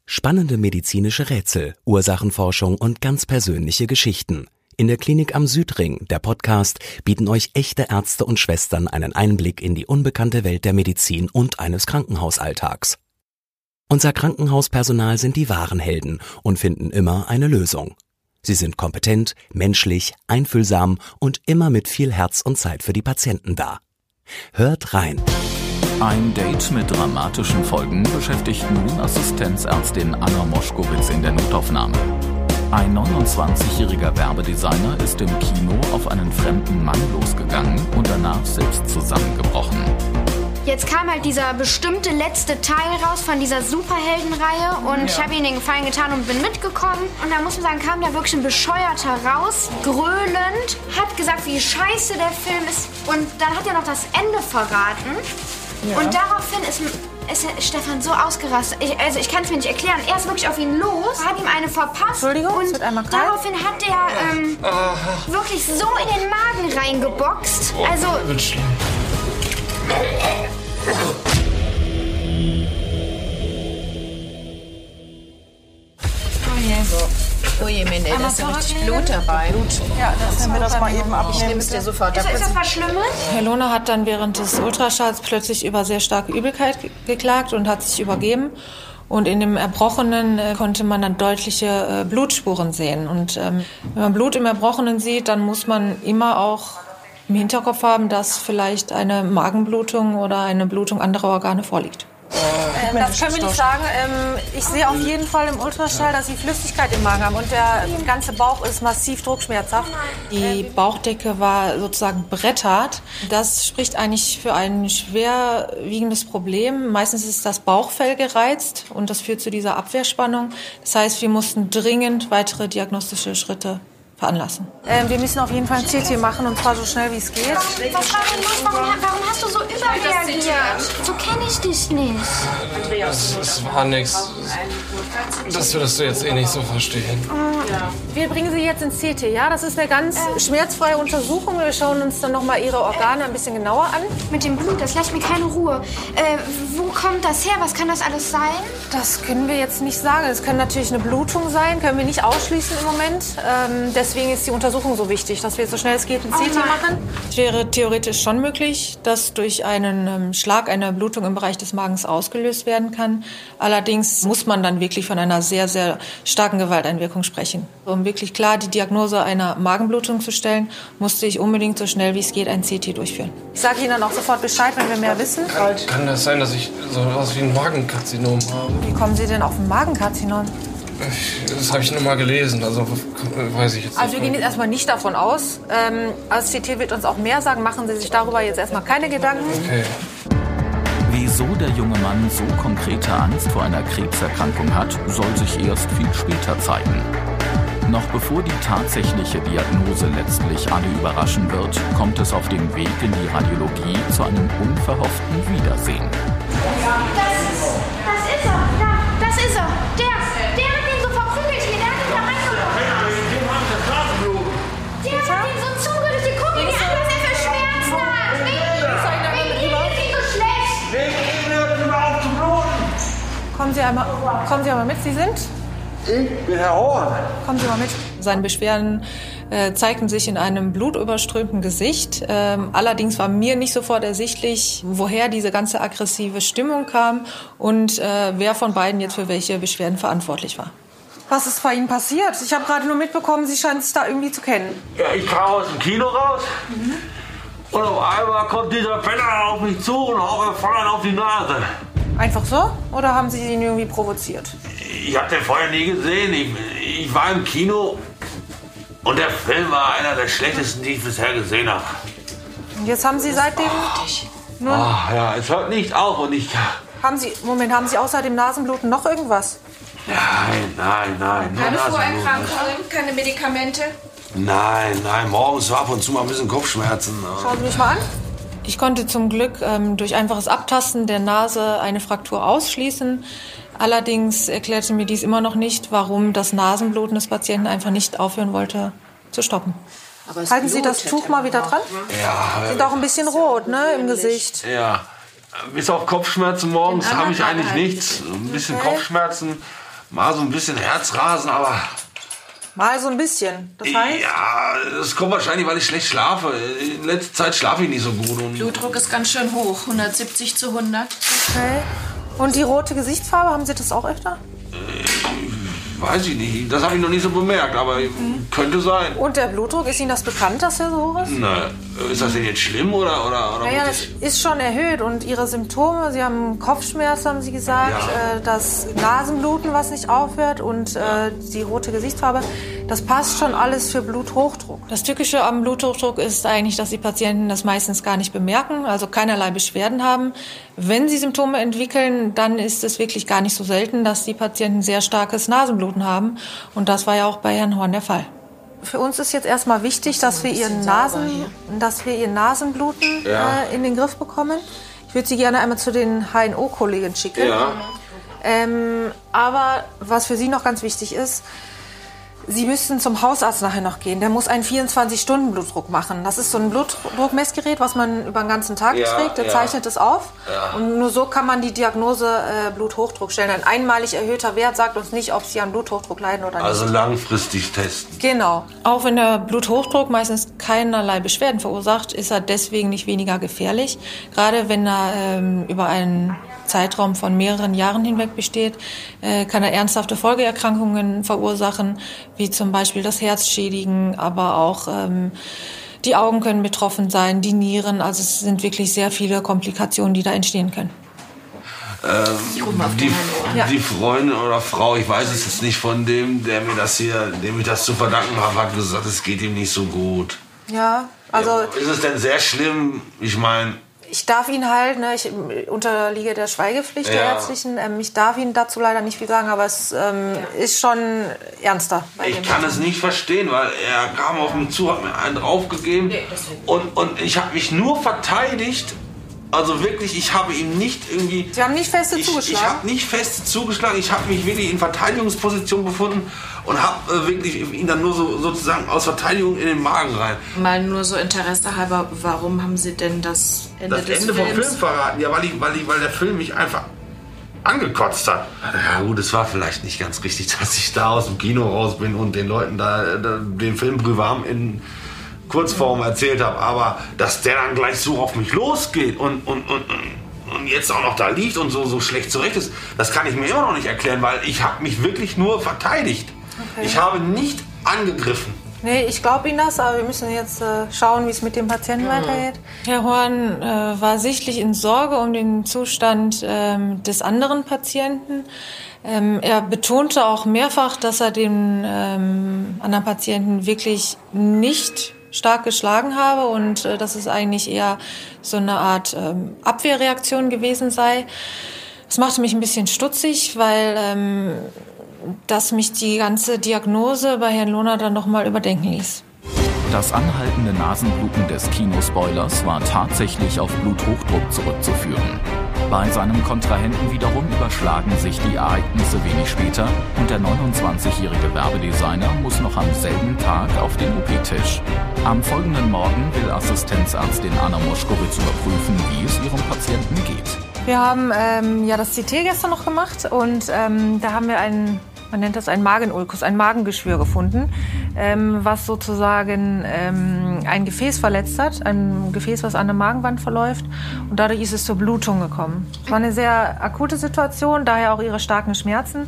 Spannende medizinische Rätsel, Ursachenforschung und ganz persönliche Geschichten. In der Klinik am Südring, der Podcast, bieten euch echte Ärzte und Schwestern einen Einblick in die unbekannte Welt der Medizin und eines Krankenhausalltags. Unser Krankenhauspersonal sind die wahren Helden und finden immer eine Lösung. Sie sind kompetent, menschlich, einfühlsam und immer mit viel Herz und Zeit für die Patienten da. Hört rein! Ein Date mit dramatischen Folgen beschäftigt nun Assistenzärztin Anna Moschkowitz in der Notaufnahme. Ein 29-jähriger Werbedesigner ist im Kino auf einen fremden Mann losgegangen und danach selbst zusammengebrochen. Jetzt kam halt dieser bestimmte letzte Teil raus von dieser Superheldenreihe und ich habe ihm den Gefallen getan und bin mitgekommen. Und da muss man sagen, kam da wirklich ein Bescheuerter raus, gröhlend, hat gesagt, wie scheiße der Film ist. Und dann hat er noch das Ende verraten. Ja. Und daraufhin ist Stefan so ausgerastet. Ich kann es mir nicht erklären. Er ist wirklich auf ihn los, hat ihm eine verpasst. Entschuldigung, und es wird einmal kalt. Daraufhin hat er wirklich so in den Magen reingeboxt. Also... Wird schlimm. Oh je, Mende, da ist ja richtig Blut dabei. Ja, das nehmen wir das mal eben ab. Ich nehme es dir sofort. Ist das was Schlimmes? Herr Lohner hat dann während des Ultraschalls plötzlich über sehr starke Übelkeit geklagt und hat sich übergeben. Und in dem Erbrochenen konnte man dann deutliche Blutspuren sehen. Und wenn man Blut im Erbrochenen sieht, dann muss man immer auch im Hinterkopf haben, dass vielleicht eine Magenblutung oder eine Blutung anderer Organe vorliegt. Das können wir nicht sagen. Ich sehe auf jeden Fall im Ultraschall, dass Sie Flüssigkeit im Magen haben und der ganze Bauch ist massiv druckschmerzhaft. Die Bauchdecke war sozusagen brettert. Das spricht eigentlich für ein schwerwiegendes Problem. Meistens ist das Bauchfell gereizt und das führt zu dieser Abwehrspannung. Das heißt, wir mussten dringend weitere diagnostische Schritte veranlassen. Wir müssen auf jeden Fall ein CT machen und zwar so schnell wie es geht. Was war denn los? Warum hast du so überreagiert? So kenne ich dich nicht. Es war nix. Das würdest du jetzt eh nicht so verstehen. Wir bringen Sie jetzt ins CT, ja? Das ist eine ganz schmerzfreie Untersuchung. Wir schauen uns dann nochmal Ihre Organe ein bisschen genauer an. Mit dem Blut, das lässt mir keine Ruhe. Wo kommt das her? Was kann das alles sein? Das können wir jetzt nicht sagen. Es kann natürlich eine Blutung sein, können wir nicht ausschließen im Moment. Deswegen ist die Untersuchung so wichtig, dass wir so schnell es geht ein CT machen. Es wäre theoretisch schon möglich, dass durch einen Schlag eine Blutung im Bereich des Magens ausgelöst werden kann. Allerdings muss man dann wirklich von einer sehr, sehr starken Gewalteinwirkung sprechen. Um wirklich klar die Diagnose einer Magenblutung zu stellen, musste ich unbedingt so schnell wie es geht ein CT durchführen. Ich sage Ihnen dann auch sofort Bescheid, wenn wir mehr wissen. Kann das sein, dass ich so was wie ein Magenkarzinom habe? Wie kommen Sie denn auf ein Magenkarzinom? Das habe ich nur mal gelesen, also weiß ich jetzt nicht. Also wir gehen jetzt erstmal nicht davon aus. Das CT wird uns auch mehr sagen. Machen Sie sich darüber jetzt erstmal keine Gedanken. Okay. Wieso der junge Mann so konkrete Angst vor einer Krebserkrankung hat, soll sich erst viel später zeigen. Noch bevor die tatsächliche Diagnose letztlich alle überraschen wird, kommt es auf dem Weg in die Radiologie zu einem unverhofften Wiedersehen. Das ist er. Da, das ist er. Der hat den so verprügelt hier. Der hat ihn da reingebracht. Der hat den so zugedrückt. Guck ihn an, was er für Schmerzen hat. Wegen ihm ist ihm so schlecht. Kommen Sie einmal mit. Sie sind? Ich bin Herr Horn. Kommen Sie mal mit. Seine Beschwerden zeigten sich in einem blutüberströmten Gesicht. Allerdings war mir nicht sofort ersichtlich, woher diese ganze aggressive Stimmung kam und wer von beiden jetzt für welche Beschwerden verantwortlich war. Was ist bei Ihnen passiert? Ich habe gerade nur mitbekommen, Sie scheinen es da irgendwie zu kennen. Ja, ich kam aus dem Kino raus und auf einmal kommt dieser Penner auf mich zu und haut mir voll auf die Nase. Einfach so? Oder haben Sie ihn irgendwie provoziert? Ich habe den vorher nie gesehen. Ich war im Kino und der Film war einer der schlechtesten, die ich bisher gesehen habe. Und jetzt haben Sie seitdem... Ja, es hört nicht auf und ich... Haben Sie außer dem Nasenbluten noch irgendwas? Nein. Keine Vorerkrankungen, keine Medikamente? Nein, morgens so ab und zu mal ein bisschen Kopfschmerzen. Schauen Sie mich mal an. Ich konnte zum Glück durch einfaches Abtasten der Nase eine Fraktur ausschließen. Allerdings erklärte mir dies immer noch nicht, warum das Nasenbluten des Patienten einfach nicht aufhören wollte zu stoppen. Halten Sie das Tuch mal wieder dran? Ja. Sind auch ein bisschen rot, ne, im Gesicht. Ja. Bis auf Kopfschmerzen morgens habe ich eigentlich nichts. Ein bisschen Kopfschmerzen. mal so ein bisschen Herzrasen, aber... Mal so ein bisschen, das heißt? Ja, das kommt wahrscheinlich, weil ich schlecht schlafe. In letzter Zeit schlafe ich nicht so gut. Und Blutdruck ist ganz schön hoch, 170 zu 100. Okay. Und die rote Gesichtsfarbe, haben Sie das auch öfter? Weiß ich nicht, das habe ich noch nicht so bemerkt, aber könnte sein. Und der Blutdruck, ist Ihnen das bekannt, dass er so hoch ist? Na, ist das denn jetzt schlimm oder Naja, das ist schon erhöht. Und Ihre Symptome, Sie haben Kopfschmerzen, haben Sie gesagt, das Nasenbluten, was nicht aufhört und die rote Gesichtsfarbe, das passt schon alles für Bluthochdruck. Das Tückische am Bluthochdruck ist eigentlich, dass die Patienten das meistens gar nicht bemerken, also keinerlei Beschwerden haben. Wenn sie Symptome entwickeln, dann ist es wirklich gar nicht so selten, dass die Patienten sehr starkes Nasenbluten haben. Und das war ja auch bei Herrn Horn der Fall. Für uns ist jetzt erstmal wichtig, dass wir Ihr Nasenbluten in den Griff bekommen. Ich würde Sie gerne einmal zu den HNO-Kollegen schicken. Ja. Aber was für Sie noch ganz wichtig ist, Sie müssten zum Hausarzt nachher noch gehen. Der muss einen 24-Stunden-Blutdruck machen. Das ist so ein Blutdruckmessgerät, was man über den ganzen Tag trägt. Der zeichnet es auf. Ja. Und nur so kann man die Diagnose Bluthochdruck stellen. Ein einmalig erhöhter Wert sagt uns nicht, ob Sie an Bluthochdruck leiden oder nicht. Also langfristig testen. Genau. Auch wenn der Bluthochdruck meistens keinerlei Beschwerden verursacht, ist er deswegen nicht weniger gefährlich. Gerade wenn er über einen Zeitraum von mehreren Jahren hinweg besteht, kann er ernsthafte Folgeerkrankungen verursachen, wie zum Beispiel das Herz schädigen, aber auch die Augen können betroffen sein, die Nieren. Also es sind wirklich sehr viele Komplikationen, die da entstehen können. Die Freundin oder Frau, ich weiß es jetzt nicht, von dem ich das zu verdanken habe, hat gesagt, es geht ihm nicht so gut. Ja, also... Ja, ist es denn sehr schlimm? Ich meine... Ich darf Ihnen halt, ich unterliege der Schweigepflicht der Ärztlichen, ich darf Ihnen dazu leider nicht viel sagen, aber es ist schon ernster. Ich kann es nicht verstehen, weil er kam auf mich zu, hat mir einen draufgegeben und ich habe mich nur verteidigt. Also wirklich, ich habe ihm nicht irgendwie... Sie haben nicht feste zugeschlagen? Ich habe nicht feste zugeschlagen. Ich habe mich wirklich in Verteidigungsposition befunden und habe wirklich ihn dann nur sozusagen aus Verteidigung in den Magen rein. Mal nur so Interesse halber, warum haben Sie denn das Ende des Ende vom Film verraten? Ja, weil der Film mich einfach angekotzt hat. Ja gut, es war vielleicht nicht ganz richtig, dass ich da aus dem Kino raus bin und den Leuten da den Film Brühwarm in Kurzform erzählt habe, aber dass der dann gleich so auf mich losgeht und jetzt auch noch da liegt und so schlecht zurecht ist, das kann ich mir immer noch nicht erklären, weil ich habe mich wirklich nur verteidigt. Okay. Ich habe nicht angegriffen. Nee, ich glaube Ihnen das, aber wir müssen jetzt schauen, wie es mit dem Patienten weitergeht. Herr Horn war sichtlich in Sorge um den Zustand des anderen Patienten. Er betonte auch mehrfach, dass er den anderen Patienten wirklich nicht stark geschlagen habe und dass es eigentlich eher so eine Art Abwehrreaktion gewesen sei. Das machte mich ein bisschen stutzig, weil dass mich die ganze Diagnose bei Herrn Lohner dann nochmal überdenken ließ. Das anhaltende Nasenbluten des Kinospoilers war tatsächlich auf Bluthochdruck zurückzuführen. Bei seinem Kontrahenten wiederum überschlagen sich die Ereignisse wenig später und der 29-jährige Werbedesigner muss noch am selben Tag auf den OP-Tisch. Am folgenden Morgen will Assistenzärztin Anna Moschkowitz überprüfen, wie es ihrem Patienten geht. Wir haben das CT gestern noch gemacht und da haben wir man nennt das einen Magenulkus, ein Magengeschwür gefunden, was sozusagen ein Gefäß verletzt hat, ein Gefäß, was an der Magenwand verläuft und dadurch ist es zur Blutung gekommen. Es war eine sehr akute Situation, daher auch ihre starken Schmerzen.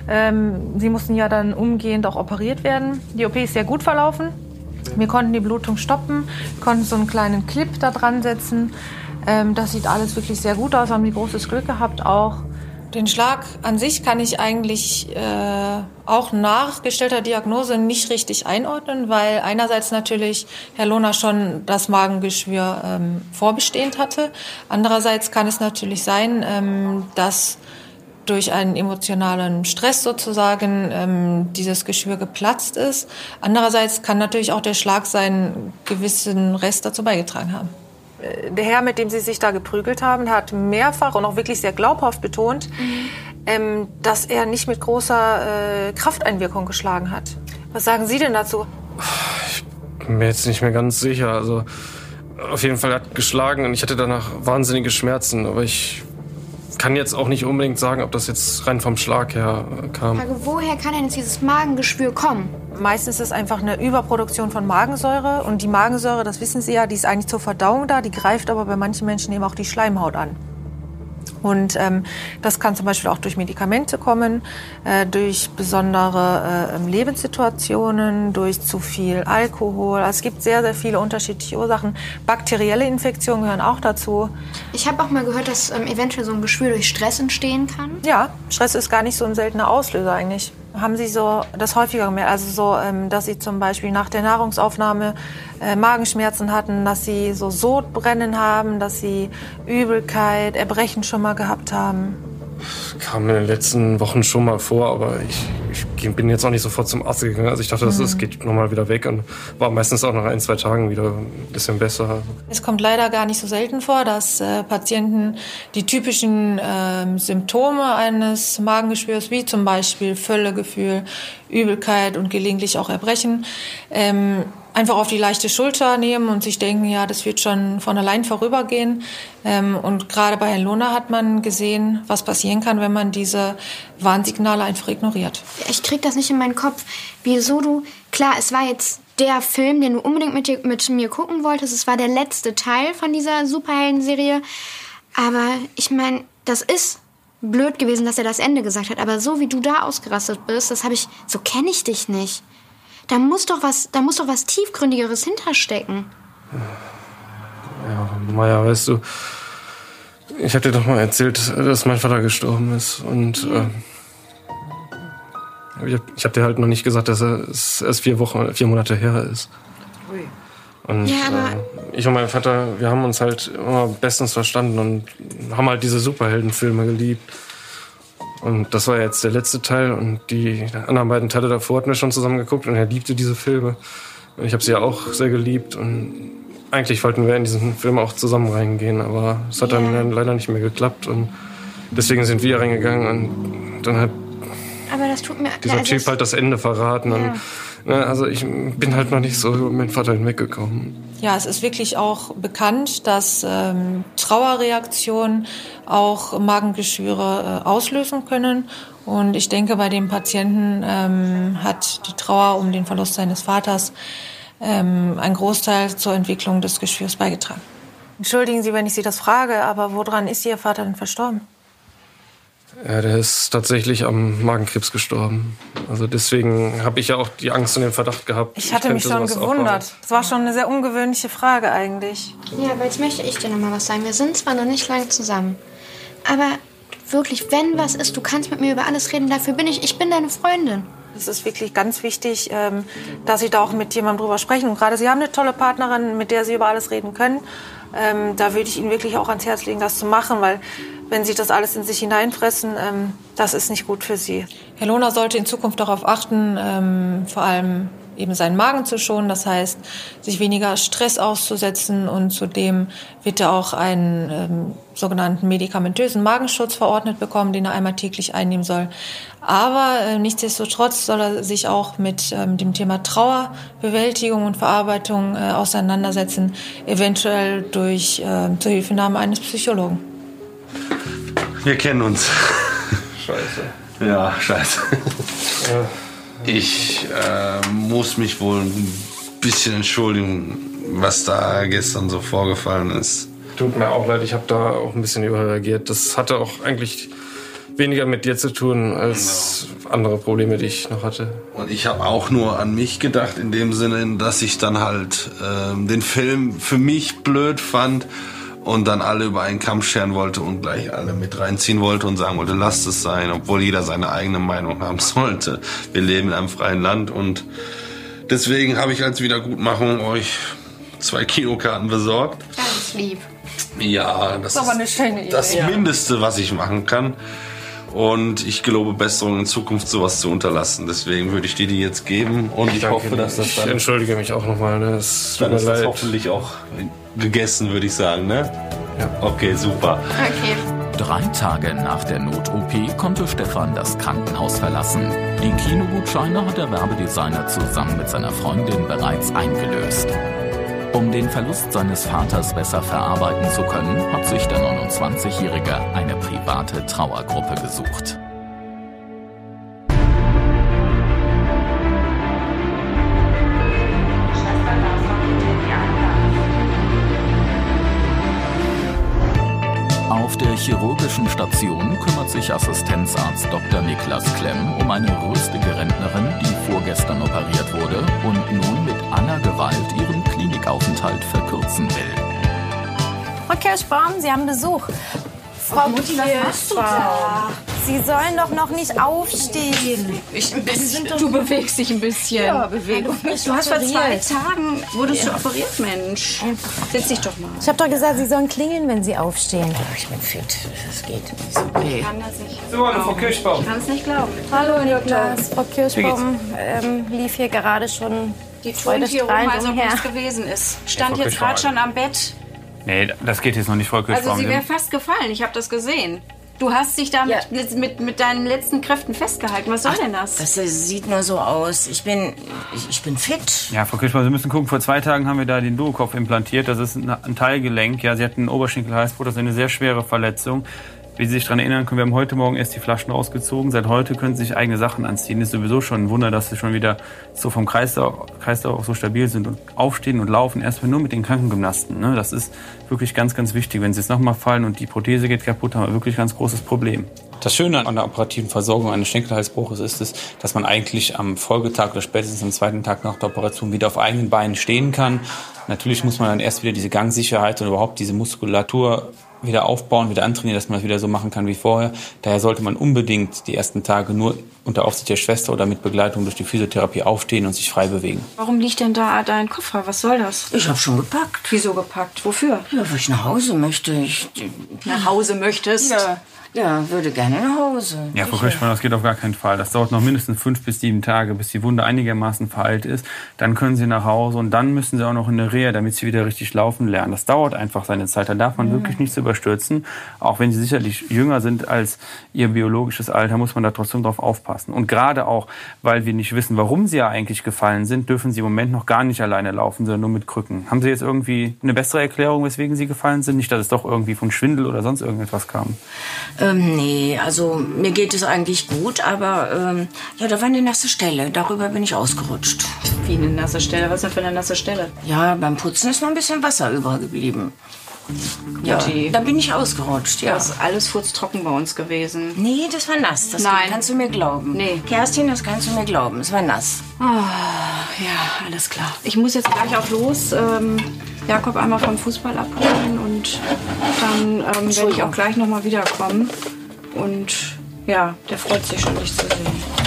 Sie mussten ja dann umgehend auch operiert werden. Die OP ist sehr gut verlaufen. Wir konnten die Blutung stoppen, konnten so einen kleinen Clip da dran setzen. Das sieht alles wirklich sehr gut aus, haben die großes Glück gehabt auch. Den Schlag an sich kann ich eigentlich auch nach gestellter Diagnose nicht richtig einordnen, weil einerseits natürlich Herr Lohner schon das Magengeschwür vorbestehend hatte. Andererseits kann es natürlich sein, dass durch einen emotionalen Stress sozusagen dieses Geschwür geplatzt ist. Andererseits kann natürlich auch der Schlag seinen gewissen Rest dazu beigetragen haben. Der Herr, mit dem Sie sich da geprügelt haben, hat mehrfach und auch wirklich sehr glaubhaft betont, dass er nicht mit großer Krafteinwirkung geschlagen hat. Was sagen Sie denn dazu? Ich bin mir jetzt nicht mehr ganz sicher. Also auf jeden Fall hat er geschlagen und ich hatte danach wahnsinnige Schmerzen. Aber ich kann jetzt auch nicht unbedingt sagen, ob das jetzt rein vom Schlag her kam. Woher kann denn jetzt dieses Magengeschwür kommen? Meistens ist es einfach eine Überproduktion von Magensäure. Und die Magensäure, das wissen Sie ja, die ist eigentlich zur Verdauung da. Die greift aber bei manchen Menschen eben auch die Schleimhaut an. Und das kann zum Beispiel auch durch Medikamente kommen, durch besondere Lebenssituationen, durch zu viel Alkohol. Also es gibt sehr, sehr viele unterschiedliche Ursachen. Bakterielle Infektionen gehören auch dazu. Ich habe auch mal gehört, dass eventuell so ein Geschwür durch Stress entstehen kann. Ja, Stress ist gar nicht so ein seltener Auslöser eigentlich. Haben Sie so das häufiger gemerkt? Also so, dass Sie zum Beispiel nach der Nahrungsaufnahme Magenschmerzen hatten, dass Sie so Sodbrennen haben, dass Sie Übelkeit, Erbrechen schon mal gehabt haben? Kam in den letzten Wochen schon mal vor, aber ich bin jetzt auch nicht sofort zum Arzt gegangen. Also ich dachte, das geht nochmal wieder weg und war meistens auch nach 1-2 Tagen wieder ein bisschen besser. Es kommt leider gar nicht so selten vor, dass Patienten die typischen Symptome eines Magengeschwürs, wie zum Beispiel Völlegefühl, Übelkeit und gelegentlich auch Erbrechen, einfach auf die leichte Schulter nehmen und sich denken, ja, das wird schon von allein vorübergehen. Und gerade bei Herrn Lohner hat man gesehen, was passieren kann, wenn man diese Warnsignale einfach ignoriert. Ich krieg das nicht in meinen Kopf. Wieso du... Klar, es war jetzt der Film, den du unbedingt mit mir gucken wolltest. Es war der letzte Teil von dieser Superhelden-Serie. Aber ich meine, das ist blöd gewesen, dass er das Ende gesagt hat. Aber so wie du da ausgerastet bist, so kenne ich dich nicht. Da muss doch was Tiefgründigeres hinterstecken. Ja, Maja, weißt du, ich hab dir doch mal erzählt, dass mein Vater gestorben ist. Und ich hab dir halt noch nicht gesagt, dass es erst 4 Monate her ist. Ui. Und ja, aber ich und mein Vater, wir haben uns halt immer bestens verstanden und haben halt diese Superheldenfilme geliebt. Und das war jetzt der letzte Teil und die anderen beiden Teile davor hatten wir schon zusammen geguckt und er liebte diese Filme. Und ich habe sie ja auch sehr geliebt und eigentlich wollten wir in diesen Film auch zusammen reingehen, aber es hat dann leider nicht mehr geklappt und deswegen sind wir reingegangen und dann hat aber das tut mir, dieser Typ halt das Ende verraten. Ja. Und, also ich bin halt noch nicht so über meinen Vater hinweggekommen. Ja, es ist wirklich auch bekannt, dass Trauerreaktionen auch Magengeschwüre auslösen können. Und ich denke, bei dem Patienten hat die Trauer um den Verlust seines Vaters einen Großteil zur Entwicklung des Geschwürs beigetragen. Entschuldigen Sie, wenn ich Sie das frage, aber woran ist Ihr Vater denn verstorben? Ja, der ist tatsächlich am Magenkrebs gestorben. Also deswegen habe ich ja auch die Angst und den Verdacht gehabt. Ich hatte mich schon gewundert. Das war schon eine sehr ungewöhnliche Frage eigentlich. Ja, aber jetzt möchte ich dir noch mal was sagen. Wir sind zwar noch nicht lange zusammen, aber wirklich, wenn was ist, du kannst mit mir über alles reden. Dafür bin ich bin deine Freundin. Es ist wirklich ganz wichtig, dass Sie da auch mit jemandem drüber sprechen. Und gerade Sie haben eine tolle Partnerin, mit der Sie über alles reden können. Da würde ich Ihnen wirklich auch ans Herz legen, das zu machen, weil wenn Sie das alles in sich hineinfressen, das ist nicht gut für Sie. Herr Lohner sollte in Zukunft darauf achten, vor allem eben seinen Magen zu schonen, das heißt, sich weniger Stress auszusetzen und zudem wird er auch einen sogenannten medikamentösen Magenschutz verordnet bekommen, den er einmal täglich einnehmen soll. Aber nichtsdestotrotz soll er sich auch mit dem Thema Trauerbewältigung und Verarbeitung auseinandersetzen, eventuell durch Zuhilfenahme eines Psychologen. Wir kennen uns. Scheiße. Ja, scheiße. Ja. Ich muss mich wohl ein bisschen entschuldigen, was da gestern so vorgefallen ist. Tut mir auch leid, ich habe da auch ein bisschen überreagiert. Das hatte auch eigentlich weniger mit dir zu tun als andere Probleme, die ich noch hatte. Und ich habe auch nur an mich gedacht, in dem Sinne, dass ich dann halt den Film für mich blöd fand und dann alle über einen Kamm scheren wollte und gleich alle mit reinziehen wollte und sagen wollte, lasst es sein, obwohl jeder seine eigene Meinung haben sollte. Wir leben in einem freien Land und deswegen habe ich als Wiedergutmachung euch 2 Kinokarten besorgt. Ganz lieb. Ja, das ist aber eine schöne Idee. Das Mindeste, was ich machen kann. Und ich gelobe Besserung in Zukunft, sowas zu unterlassen. Deswegen würde ich dir die jetzt geben. Und ich hoffe, dass das dann... Ich entschuldige mich auch nochmal. Ne? Dann ist das hoffentlich auch gegessen, würde ich sagen. Ne? Ja. Okay, super. Okay. 3 Tage nach der Not-OP konnte Stefan das Krankenhaus verlassen. Die Kinogutscheine hat der Werbedesigner zusammen mit seiner Freundin bereits eingelöst. Um den Verlust seines Vaters besser verarbeiten zu können, hat sich der 29-Jährige eine private Trauergruppe gesucht. Auf der chirurgischen Station kümmert sich Assistenzarzt Dr. Niklas Klemm um eine rüstige Rentnerin, die vorgestern operiert wurde und nun mit aller Gewalt ihren Klinikaufenthalt verkürzen will. Frau Kirschbaum, Sie haben Besuch. Frau Kirschbaum, Sie sollen doch noch nicht aufstehen. Du bewegst dich ein bisschen. Ja, Bewegung. Du hast vor 2 Tagen, wurdest du operiert, Mensch. Setz dich doch mal. Ich habe doch gesagt, Sie sollen klingeln, wenn Sie aufstehen. Ich bin fit, das geht. Ist okay. Ich kann das nicht. So, hallo, Frau Kirschbaum. Ich kann es nicht glauben. Hallo, Niklas. Frau Kirschbaum lief hier gerade schon Die tun hier rum, als ob nichts gewesen ist. Stand jetzt gerade schon am Bett. Nee, das geht jetzt noch nicht, Frau Kirschbaum. Also sie wäre fast gefallen, ich habe das gesehen. Du hast dich da mit deinen letzten Kräften festgehalten. Was soll denn das? Das sieht nur so aus. Ich bin fit. Ja, Frau Kirschbaum, Sie müssen gucken, vor 2 Tagen haben wir da den Duokopf implantiert. Das ist ein Teilgelenk. Ja, sie hat einen Oberschenkel-Halsbruch, das ist eine sehr schwere Verletzung. Wie Sie sich daran erinnern können, wir haben heute Morgen erst die Flaschen rausgezogen. Seit heute können Sie sich eigene Sachen anziehen. Ist sowieso schon ein Wunder, dass Sie schon wieder so vom Kreislauf auch so stabil sind und aufstehen und laufen. Erstmal nur mit den Krankengymnasten. Ne? Das ist wirklich ganz, ganz wichtig. Wenn Sie jetzt nochmal fallen und die Prothese geht kaputt, haben wir wirklich ein ganz großes Problem. Das Schöne an der operativen Versorgung eines Schenkelhalsbruches ist es, dass man eigentlich am Folgetag oder spätestens am 2. Tag nach der Operation wieder auf eigenen Beinen stehen kann. Natürlich muss man dann erst wieder diese Gangsicherheit und überhaupt diese Muskulatur wieder aufbauen, wieder antrainieren, dass man das wieder so machen kann wie vorher. Daher sollte man unbedingt die ersten Tage nur unter Aufsicht der Schwester oder mit Begleitung durch die Physiotherapie aufstehen und sich frei bewegen. Warum liegt denn da dein Koffer? Was soll das? Ich habe schon gepackt. Wieso gepackt? Wofür? Ja, weil ich nach Hause möchte. Nach Hause möchtest? Ja, würde gerne nach Hause. Ja, Frau Kirschmann, das geht auf gar keinen Fall. Das dauert noch mindestens 5 bis 7 Tage, bis die Wunde einigermaßen verheilt ist. Dann können Sie nach Hause und dann müssen Sie auch noch in eine Reha, damit Sie wieder richtig laufen lernen. Das dauert einfach seine Zeit. Da darf man wirklich nichts überstürzen. Auch wenn Sie sicherlich jünger sind als Ihr biologisches Alter, muss man da trotzdem drauf aufpassen. Und gerade auch, weil wir nicht wissen, warum Sie ja eigentlich gefallen sind, dürfen Sie im Moment noch gar nicht alleine laufen, sondern nur mit Krücken. Haben Sie jetzt irgendwie eine bessere Erklärung, weswegen Sie gefallen sind? Nicht, dass es doch irgendwie von Schwindel oder sonst irgendetwas kam? Nee, also mir geht es eigentlich gut, aber ja, da war eine nasse Stelle. Darüber bin ich ausgerutscht. Wie eine nasse Stelle? Was ist denn für eine nasse Stelle? Ja, beim Putzen ist noch ein bisschen Wasser übergeblieben. Ja, da bin ich ausgerutscht, ja. Das ist alles furztrocken bei uns gewesen. Nee, das war nass. Das kannst du mir glauben. Nee. Kerstin, das kannst du mir glauben. Es war nass. Oh, ja, alles klar. Ich muss jetzt gleich auch los. Jakob einmal vom Fußball abholen und dann werde ich auch gleich noch mal wiederkommen. Und ja, der freut sich schon, dich zu sehen.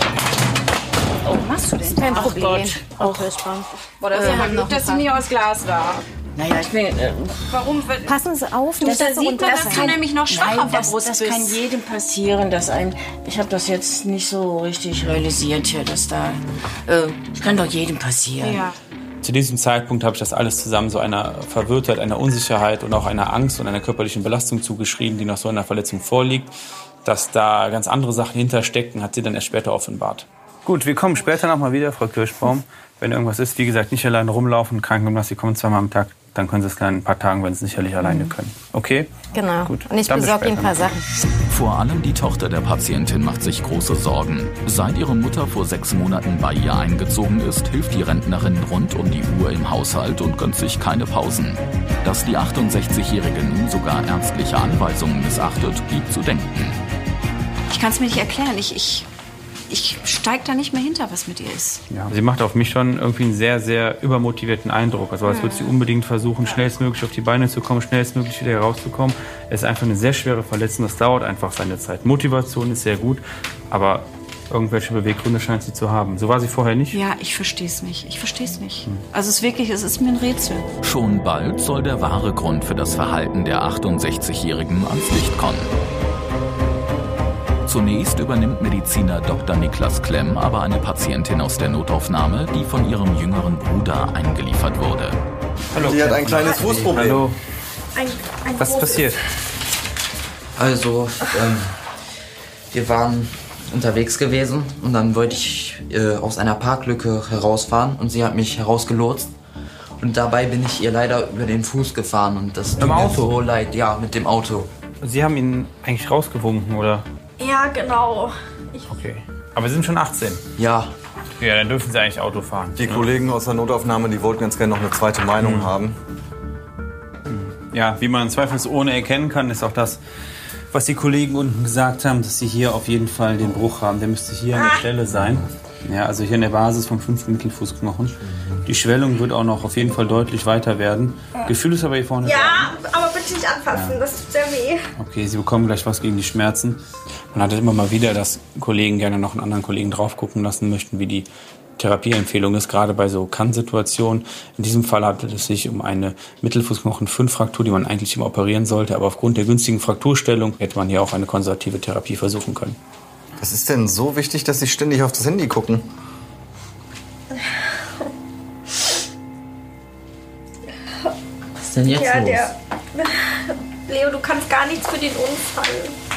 Oh, was machst du denn? Kein Problem. Frau Kirschbaum. Boah, das ist ja Glück, dass du nicht aus Glas war. Naja, ich bin... Warum? Passen Sie auf, nicht, Da sieht man, dass du nämlich noch schwach auf der Brust bist. Das kann jedem passieren, dass ich habe das jetzt nicht so richtig realisiert hier, dass da... das kann doch jedem passieren. Ja. Zu diesem Zeitpunkt habe ich das alles zusammen so einer Verwirrtheit, einer Unsicherheit und auch einer Angst und einer körperlichen Belastung zugeschrieben, die nach so einer Verletzung vorliegt. Dass da ganz andere Sachen hintersteckten, hat sie dann erst später offenbart. Gut, wir kommen später noch mal wieder, Frau Kirschbaum. Wenn irgendwas ist, wie gesagt, nicht alleine rumlaufen, Krankengymnastik kommen 2-mal am Tag. Dann können Sie es in ein paar Tagen, wenn Sie es sicherlich alleine können. Okay? Genau. Gut. Und ich besorge Ihnen ein paar Sachen. Vor allem die Tochter der Patientin macht sich große Sorgen. Seit ihre Mutter vor 6 Monaten bei ihr eingezogen ist, hilft die Rentnerin rund um die Uhr im Haushalt und gönnt sich keine Pausen. Dass die 68-Jährige nun sogar ärztliche Anweisungen missachtet, gibt zu denken. Ich kann es mir nicht erklären. Ich steige da nicht mehr hinter, was mit ihr ist. Ja, sie macht auf mich schon irgendwie einen sehr, sehr übermotivierten Eindruck. Also als würde sie unbedingt versuchen, schnellstmöglich auf die Beine zu kommen, schnellstmöglich wieder herauszukommen. Es ist einfach eine sehr schwere Verletzung, das dauert einfach seine Zeit. Motivation ist sehr gut, aber irgendwelche Beweggründe scheint sie zu haben. So war sie vorher nicht? Ja, ich verstehe es nicht. Also es ist mir ein Rätsel. Schon bald soll der wahre Grund für das Verhalten der 68-Jährigen ans Licht kommen. Zunächst übernimmt Mediziner Dr. Niklas Klemm aber eine Patientin aus der Notaufnahme, die von ihrem jüngeren Bruder eingeliefert wurde. Hallo. Sie hat ein kleines Fußproblem. Hallo. Was ist passiert? Also, wir waren unterwegs gewesen und dann wollte ich aus einer Parklücke herausfahren und sie hat mich herausgelotst Und dabei bin ich ihr leider über den Fuß gefahren und das tut Im mir Auto? so leid. Ja, mit dem Auto. Sie haben ihn eigentlich rausgewunken, oder? Ja, genau. Okay. Aber Sie sind schon 18? Ja. Ja, dann dürfen Sie eigentlich Auto fahren. Die Kollegen aus der Notaufnahme, die wollten ganz gerne noch eine zweite Meinung haben. Ja, wie man zweifelsohne erkennen kann, ist auch das, was die Kollegen unten gesagt haben, dass sie hier auf jeden Fall den Bruch haben. Der müsste hier an der Stelle sein. Ja, also hier in der Basis vom 5. Mittelfußknochen. Die Schwellung wird auch noch auf jeden Fall deutlich weiter werden. Gefühl ist aber hier vorne. Ja, aber bitte nicht anfassen, das tut sehr weh. Okay, Sie bekommen gleich was gegen die Schmerzen. Man hat es immer mal wieder, dass Kollegen gerne noch einen anderen Kollegen drauf gucken lassen möchten, wie die Therapieempfehlung ist, gerade bei so Kann-Situationen. In diesem Fall handelt es sich um eine Mittelfußknochen-5-Fraktur, die man eigentlich immer operieren sollte. Aber aufgrund der günstigen Frakturstellung hätte man hier auch eine konservative Therapie versuchen können. Was ist denn so wichtig, dass Sie ständig auf das Handy gucken? Was ist denn jetzt Ja, los? Leo, du kannst gar nichts für den Unfall.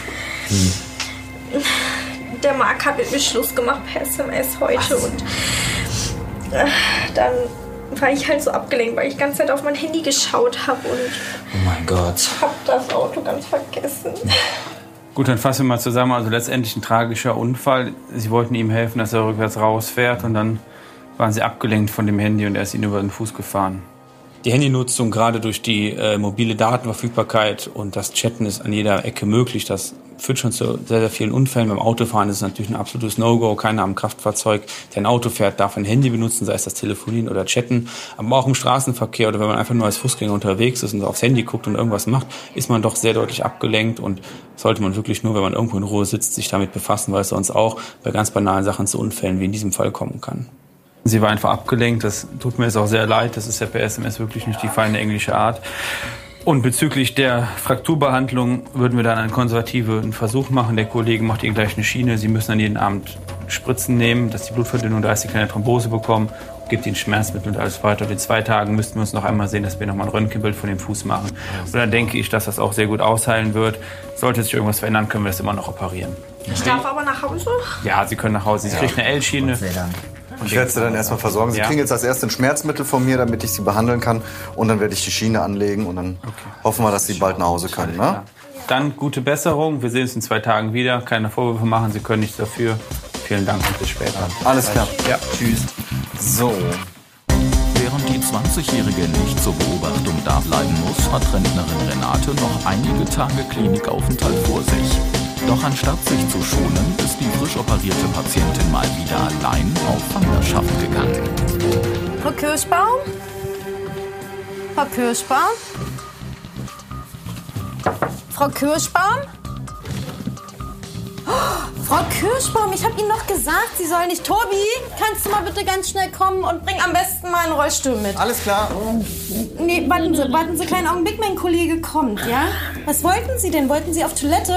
Der Marc hat mit mir Schluss gemacht per SMS heute und dann war ich halt so abgelenkt, weil ich die ganze Zeit auf mein Handy geschaut habe und Oh mein Gott. hab das Auto ganz vergessen. Gut, dann fassen wir mal zusammen. Also letztendlich ein tragischer Unfall. Sie wollten ihm helfen, dass er rückwärts rausfährt und dann waren sie abgelenkt von dem Handy und er ist ihnen über den Fuß gefahren. Die Handynutzung, gerade durch die mobile Datenverfügbarkeit und das Chatten ist an jeder Ecke möglich. Das führt schon zu sehr, sehr vielen Unfällen. Beim Autofahren ist es natürlich ein absolutes No-Go. Keiner am Kraftfahrzeug, der ein Auto fährt, darf ein Handy benutzen, sei es das Telefonieren oder Chatten. Aber auch im Straßenverkehr oder wenn man einfach nur als Fußgänger unterwegs ist und aufs Handy guckt und irgendwas macht, ist man doch sehr deutlich abgelenkt und sollte man wirklich nur, wenn man irgendwo in Ruhe sitzt, sich damit befassen, weil es sonst auch bei ganz banalen Sachen zu Unfällen wie in diesem Fall kommen kann. Sie war einfach abgelenkt, das tut mir jetzt auch sehr leid, das ist ja per SMS wirklich nicht die feine englische Art. Und bezüglich der Frakturbehandlung würden wir dann einen konservativen Versuch machen. Der Kollege macht Ihnen gleich eine Schiene, Sie müssen dann jeden Abend Spritzen nehmen, dass die Blutverdünnung, da ist Sie keine Thrombose bekommen, gibt Ihnen Schmerzmittel und alles weiter. Und in 2 Tagen müssten wir uns noch einmal sehen, dass wir nochmal ein Röntgenbild von dem Fuß machen. Und dann denke ich, dass das auch sehr gut ausheilen wird. Sollte sich irgendwas verändern, können wir das immer noch operieren. Ich darf aber nach Hause? Ja, Sie können nach Hause. Sie kriegen eine L-Schiene. Ich werde Sie dann erstmal versorgen. Sie kriegen jetzt als erstes ein Schmerzmittel von mir, damit ich Sie behandeln kann. Und dann werde ich die Schiene anlegen und dann hoffen wir, dass Sie bald nach Hause können. Ne? Dann gute Besserung. Wir sehen uns in 2 Tagen wieder. Keine Vorwürfe machen. Sie können nichts dafür. Vielen Dank und bis später. Alles klar. Ja, tschüss. So. Während die 20-Jährige nicht zur Beobachtung da bleiben muss, hat Rentnerin Renate noch einige Tage Klinikaufenthalt vor sich. Doch anstatt sich zu schonen, ist die frisch operierte Patientin mal wieder allein auf Wanderschaft gegangen. Frau Kirschbaum? Frau Kirschbaum? Frau Kirschbaum? Oh, Frau Kirschbaum, ich habe Ihnen doch gesagt, Sie sollen nicht. Tobi, kannst du mal bitte ganz schnell kommen und bring am besten mal einen Rollstuhl mit. Alles klar. Nee, warten Sie, kleinen Augenblick, mein Kollege kommt, ja? Was wollten Sie denn? Wollten Sie auf Toilette?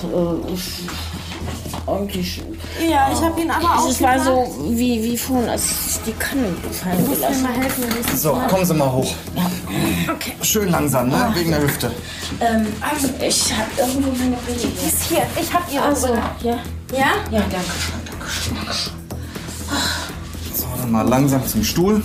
Eigentlich. Ja, ich habe ihn aber auch Es war so wie vorhin, als die Kanne gefallen Ich muss mir gelassen. mal helfen. So, kommen Sie mal hoch. Okay. Schön langsam, ne? Wegen der Hüfte. Also ich habe irgendwo meine Brille. Die ist hier. Ich habe Ihre Also, Brille. ja. Ja? Ja, danke schön. So, dann mal langsam zum Stuhl.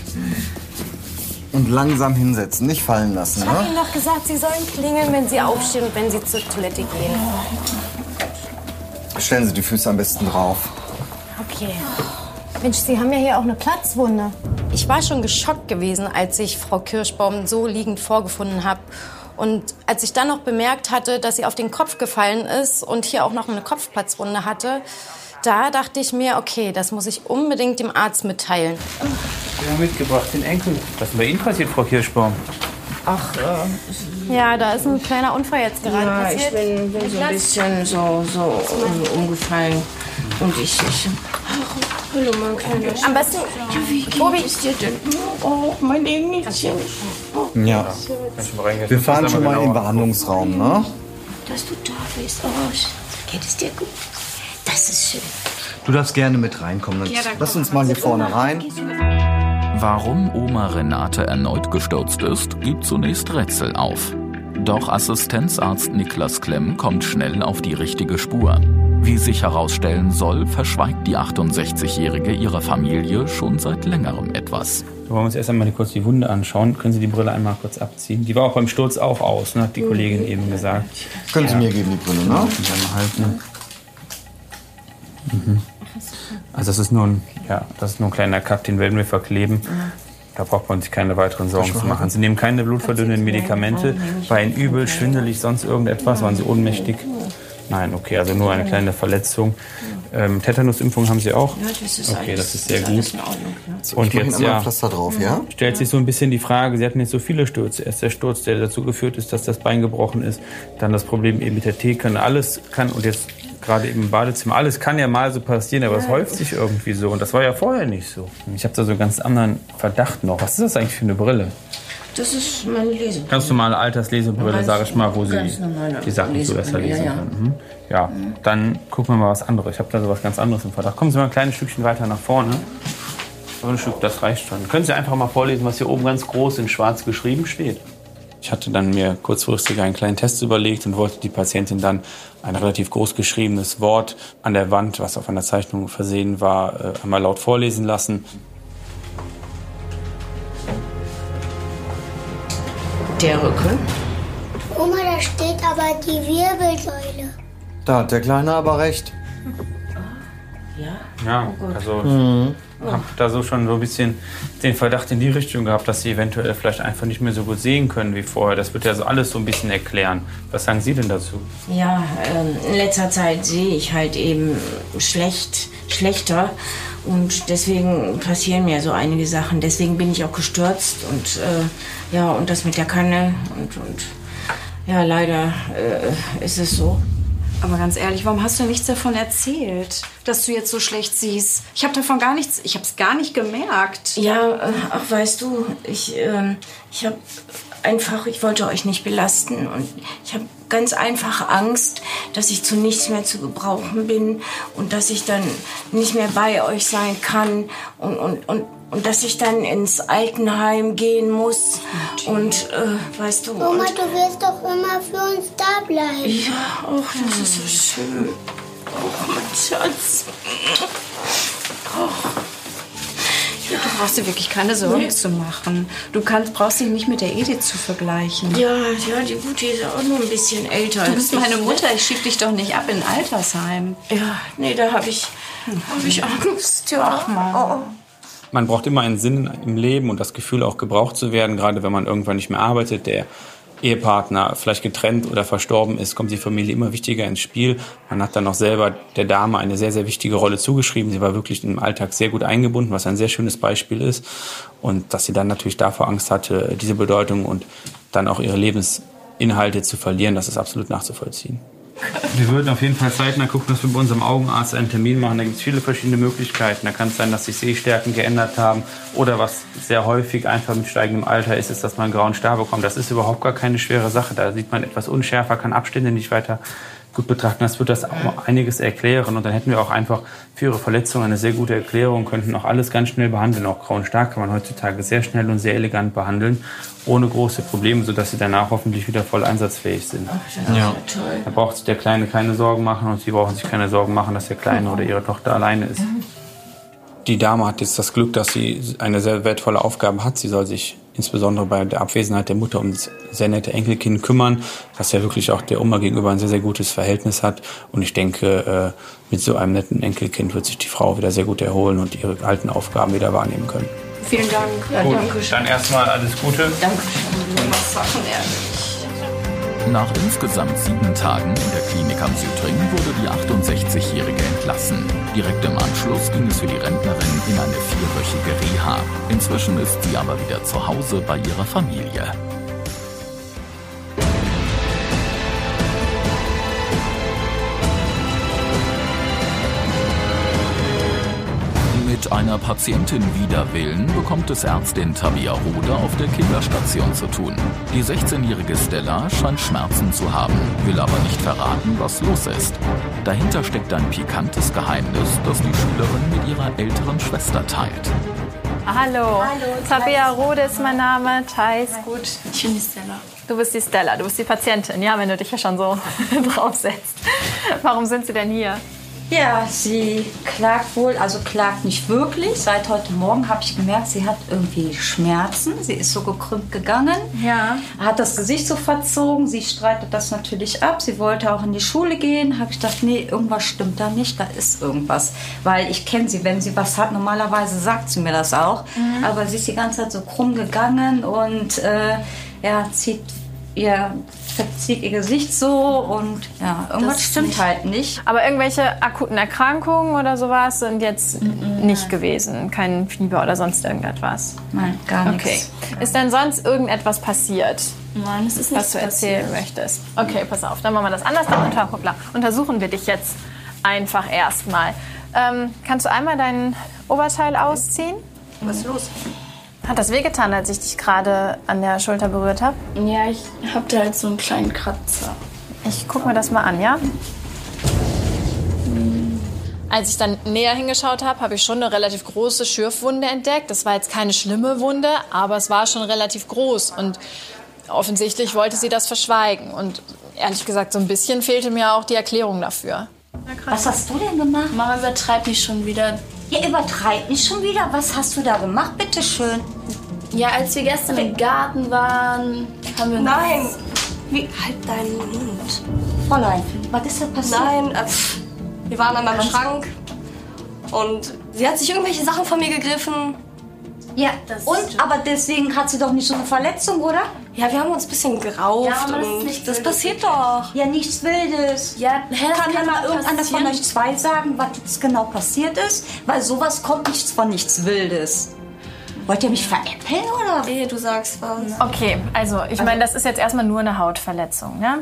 Und langsam hinsetzen, nicht fallen lassen. Ich habe Ne? Ihnen doch gesagt, Sie sollen klingeln, wenn Sie aufstehen und wenn Sie zur Toilette gehen. Stellen Sie die Füße am besten drauf. Okay. Mensch, Sie haben ja hier auch eine Platzwunde. Ich war schon geschockt gewesen, als ich Frau Kirschbaum so liegend vorgefunden habe. Und als ich dann noch bemerkt hatte, dass sie auf den Kopf gefallen ist und hier auch noch eine Kopfplatzwunde hatte, da dachte ich mir, okay, das muss ich unbedingt dem Arzt mitteilen. Wir haben mitgebracht den Enkel. Was ist bei Ihnen passiert, Frau Kirschbaum? Ach, Ja, da ist ein kleiner Unfall jetzt gerade ja, ich passiert. bin so ein bisschen so umgefallen. Und ich hallo, mein Kleiner. Am besten, Wie Tobi. geht es dir denn? Oh, mein Engelchen. Ja. Wir fahren schon mal in den Behandlungsraum, ne? Dass du da bist. Oh, geht es dir gut? Das ist schön. Du darfst gerne mit reinkommen. Ja, dann Lass uns mal hier vorne rein. Warum Oma Renate erneut gestürzt ist, gibt zunächst Rätsel auf. Doch Assistenzarzt Niklas Klemm kommt schnell auf die richtige Spur. Wie sich herausstellen soll, verschweigt die 68-Jährige ihrer Familie schon seit längerem etwas. Wir wollen uns erst einmal kurz die Wunde anschauen. Können Sie die Brille einmal kurz abziehen? Die war auch beim Sturz auch aus, ne? Hat die Kollegin eben gesagt. Können Sie mir geben, die Brille, ne? Halten. Also das ist nur ein kleiner Cut, den werden wir verkleben. Da braucht man sich keine weiteren Sorgen zu machen. Sie nehmen keine blutverdünnende Medikamente. War Ihnen übel, schwindelig, sonst irgendetwas? Waren Sie ohnmächtig? Nein, okay, also nur eine kleine Verletzung. Tetanusimpfung haben Sie auch? Ja, das ist okay, das ist sehr gut. In Ordnung, ja. Und jetzt Pflaster drauf, ja? Stellt sich so ein bisschen die Frage, Sie hatten jetzt so viele Stürze. Erst der Sturz, der dazu geführt ist, dass das Bein gebrochen ist. Dann das Problem eben mit der Theke. Alles kann, und jetzt gerade eben im Badezimmer, alles kann ja mal so passieren, aber es häuft sich irgendwie so. Und das war ja vorher nicht so. Ich habe da so einen ganz anderen Verdacht noch. Was ist das eigentlich für eine Brille? Das ist meine Lesebrille. Ganz normale Alterslesebrille, sage ich mal, wo Sie die Sachen so besser lesen können. Ja, dann gucken wir mal was anderes. Ich habe da so was ganz anderes im Verdacht. Kommen Sie mal ein kleines Stückchen weiter nach vorne. So ein Stück, das reicht schon. Können Sie einfach mal vorlesen, was hier oben ganz groß in schwarz geschrieben steht? Ich hatte dann mir kurzfristig einen kleinen Test überlegt und wollte die Patientin dann ein relativ groß geschriebenes Wort an der Wand, was auf einer Zeichnung versehen war, einmal laut vorlesen lassen. Der Rücken. Oma, da steht aber die Wirbelsäule. Da hat der Kleine aber recht. Ja, also ich habe da so schon so ein bisschen den Verdacht in die Richtung gehabt, dass Sie eventuell vielleicht einfach nicht mehr so gut sehen können wie vorher. Das wird ja so alles so ein bisschen erklären. Was sagen Sie denn dazu? Ja, in letzter Zeit sehe ich halt eben schlechter. Und deswegen passieren mir so einige Sachen. Deswegen bin ich auch gestürzt und und das mit der Kanne und ja, leider ist es so. Aber ganz ehrlich, warum hast du nichts davon erzählt, dass du jetzt so schlecht siehst? Ich habe davon gar nichts, ich habe es gar nicht gemerkt. Ja, ach weißt du, ich habe einfach, ich wollte euch nicht belasten und ich habe ganz einfach Angst, dass ich zu nichts mehr zu gebrauchen bin und dass ich dann nicht mehr bei euch sein kann und dass ich dann ins Altenheim gehen muss und weißt du... Oma, du wirst doch immer für uns da bleiben. Ja, oh, das ist so schön. Oh, mein Schatz. Oh. Du brauchst dir wirklich keine Sorgen zu machen. Du brauchst dich nicht mit der Edith zu vergleichen. Ja, die Gute ist auch nur ein bisschen älter. Du bist meine Mutter, ich schieb dich doch nicht ab in ein Altersheim. Ja, nee, da hab ich Angst. Ja. Ach, Mann. Man braucht immer einen Sinn im Leben und das Gefühl, auch gebraucht zu werden. Gerade wenn man irgendwann nicht mehr arbeitet, der Ehepartner vielleicht getrennt oder verstorben ist, kommt die Familie immer wichtiger ins Spiel. Man hat dann auch selber der Dame eine sehr, sehr wichtige Rolle zugeschrieben. Sie war wirklich im Alltag sehr gut eingebunden, was ein sehr schönes Beispiel ist. Und dass sie dann natürlich davor Angst hatte, diese Bedeutung und dann auch ihre Lebensinhalte zu verlieren, das ist absolut nachzuvollziehen. Wir würden auf jeden Fall zeitnah gucken, dass wir bei unserem Augenarzt einen Termin machen. Da gibt es viele verschiedene Möglichkeiten. Da kann es sein, dass sich Sehstärken geändert haben. Oder was sehr häufig einfach mit steigendem Alter ist, dass man einen grauen Star bekommt. Das ist überhaupt gar keine schwere Sache. Da sieht man etwas unschärfer, kann Abstände nicht weiter gut betrachten. Das wird das auch einiges erklären. Und dann hätten wir auch einfach für Ihre Verletzung eine sehr gute Erklärung, könnten auch alles ganz schnell behandeln. Auch grauen Star kann man heutzutage sehr schnell und sehr elegant behandeln, ohne große Probleme, sodass Sie danach hoffentlich wieder voll einsatzfähig sind. Ja. Da braucht sich der Kleine keine Sorgen machen und Sie brauchen sich keine Sorgen machen, dass der Kleine oder Ihre Tochter alleine ist. Die Dame hat jetzt das Glück, dass sie eine sehr wertvolle Aufgabe hat. Sie soll sich insbesondere bei der Abwesenheit der Mutter um das sehr nette Enkelkind kümmern, das ja wirklich auch der Oma gegenüber ein sehr, sehr gutes Verhältnis hat. Und ich denke, mit so einem netten Enkelkind wird sich die Frau wieder sehr gut erholen und ihre alten Aufgaben wieder wahrnehmen können. Vielen Dank. Ja, danke schön. Dann erstmal alles Gute. Dankeschön. Was Sachen ehrlich. Nach insgesamt 7 Tagen in der Klinik am Südring wurde die 68-Jährige entlassen. Direkt im Anschluss ging es für die Rentnerin in eine 4-wöchige Reha. Inzwischen ist sie aber wieder zu Hause bei ihrer Familie. Mit einer Patientin wider Willen bekommt es Ärztin Tabea Rode auf der Kinderstation zu tun. Die 16-jährige Stella scheint Schmerzen zu haben, will aber nicht verraten, was los ist. Dahinter steckt ein pikantes Geheimnis, das die Schülerin mit ihrer älteren Schwester teilt. Hallo, Tabea Rode ist mein Name, Thais. Gut, ich bin die Stella. Du bist die Stella, du bist die Patientin, ja, wenn du dich ja schon so draufsetzt. Warum sind Sie denn hier? Ja, sie klagt wohl, also klagt nicht wirklich. Seit heute Morgen habe ich gemerkt, sie hat irgendwie Schmerzen. Sie ist so gekrümmt gegangen, hat das Gesicht so verzogen. Sie streitet das natürlich ab. Sie wollte auch in die Schule gehen. Habe ich gedacht, nee, irgendwas stimmt da nicht, da ist irgendwas. Weil ich kenne sie, wenn sie was hat, normalerweise sagt sie mir das auch. Aber sie ist die ganze Zeit so krumm gegangen und verzieht ihr Gesicht so und irgendwas stimmt halt nicht. Aber irgendwelche akuten Erkrankungen oder sowas sind jetzt nicht gewesen? Kein Fieber oder sonst irgendetwas? Nein, gar nichts. Okay. Ist denn sonst irgendetwas passiert? Nein, es ist nichts was du erzählen möchtest. Okay, pass auf, dann machen wir das anders. Dann untersuchen wir dich jetzt einfach erstmal. Kannst du einmal dein Oberteil ausziehen? Was ist los? Hat das wehgetan, als ich dich gerade an der Schulter berührt habe? Ja, ich hab da halt so einen kleinen Kratzer. Ich guck mir das mal an, ja? Als ich dann näher hingeschaut habe, habe ich schon eine relativ große Schürfwunde entdeckt. Das war jetzt keine schlimme Wunde, aber es war schon relativ groß. Und offensichtlich wollte sie das verschweigen. Und ehrlich gesagt, so ein bisschen fehlte mir auch die Erklärung dafür. Was hast du denn gemacht? Mama, übertreib nicht schon wieder. Ja, übertreib nicht schon wieder. Was hast du da gemacht, bitteschön? Ja, als wir gestern im Garten waren, haben wir... Nein! Halt deinen Mund. Fräulein, was ist da passiert? Nein, wir waren an meinem Schrank und sie hat sich irgendwelche Sachen von mir gegriffen. Ja, aber deswegen hat sie doch nicht so eine Verletzung, oder? Ja, wir haben uns ein bisschen gerauft. Ja, aber das passiert doch. Ja, nichts Wildes. Ja, kann ja mal irgendeiner von euch zwei sagen, was jetzt genau passiert ist? Weil sowas kommt nichts von nichts Wildes. Wollt ihr mich veräppeln, oder? Nee, du sagst was. Okay, also ich meine, das ist jetzt erstmal nur eine Hautverletzung, ne?